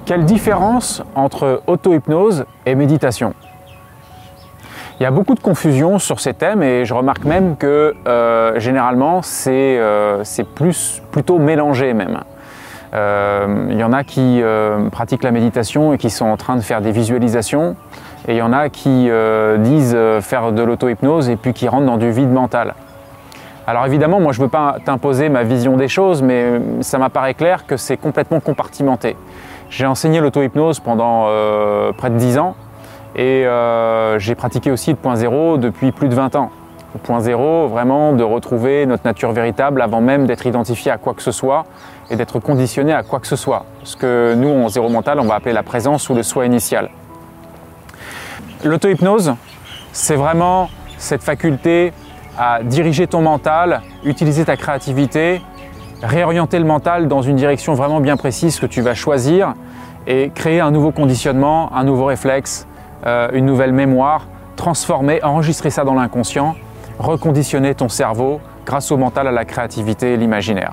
Quelle différence entre auto-hypnose et méditation? Il y a beaucoup de confusion sur ces thèmes et je remarque même que généralement c'est plutôt mélangé même. Il y en a qui pratiquent la méditation et qui sont en train de faire des visualisations, et il y en a qui disent faire de l'auto-hypnose et puis qui rentrent dans du vide mental. Alors évidemment, moi je ne veux pas t'imposer ma vision des choses, mais ça m'apparaît clair que c'est complètement compartimenté. J'ai enseigné l'auto-hypnose pendant près de 10 ans et j'ai pratiqué aussi le point zéro depuis plus de 20 ans. Le point zéro, vraiment de retrouver notre nature véritable avant même d'être identifié à quoi que ce soit et d'être conditionné à quoi que ce soit. Ce que nous, en zéro mental, on va appeler la présence ou le soi initial. L'auto-hypnose, c'est vraiment cette faculté à diriger ton mental, utiliser ta créativité, réorienter le mental dans une direction vraiment bien précise que tu vas choisir et créer un nouveau conditionnement, un nouveau réflexe, une nouvelle mémoire, transformer, enregistrer ça dans l'inconscient, reconditionner ton cerveau grâce au mental, à la créativité et l'imaginaire.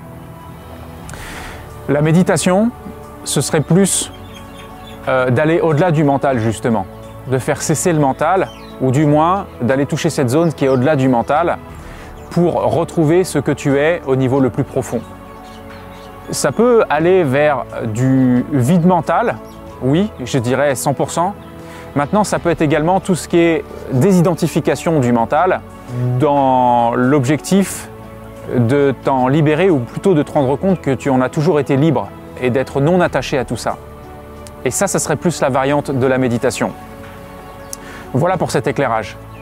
La méditation, ce serait plus d'aller au-delà du mental justement, de faire cesser le mental, ou du moins d'aller toucher cette zone qui est au-delà du mental pour retrouver ce que tu es au niveau le plus profond. Ça peut aller vers du vide mental, oui, je dirais 100%. Maintenant, ça peut être également tout ce qui est désidentification du mental dans l'objectif de t'en libérer, ou plutôt de te rendre compte que tu en as toujours été libre et d'être non attaché à tout ça. Et ça serait plus la variante de la méditation. Voilà pour cet éclairage.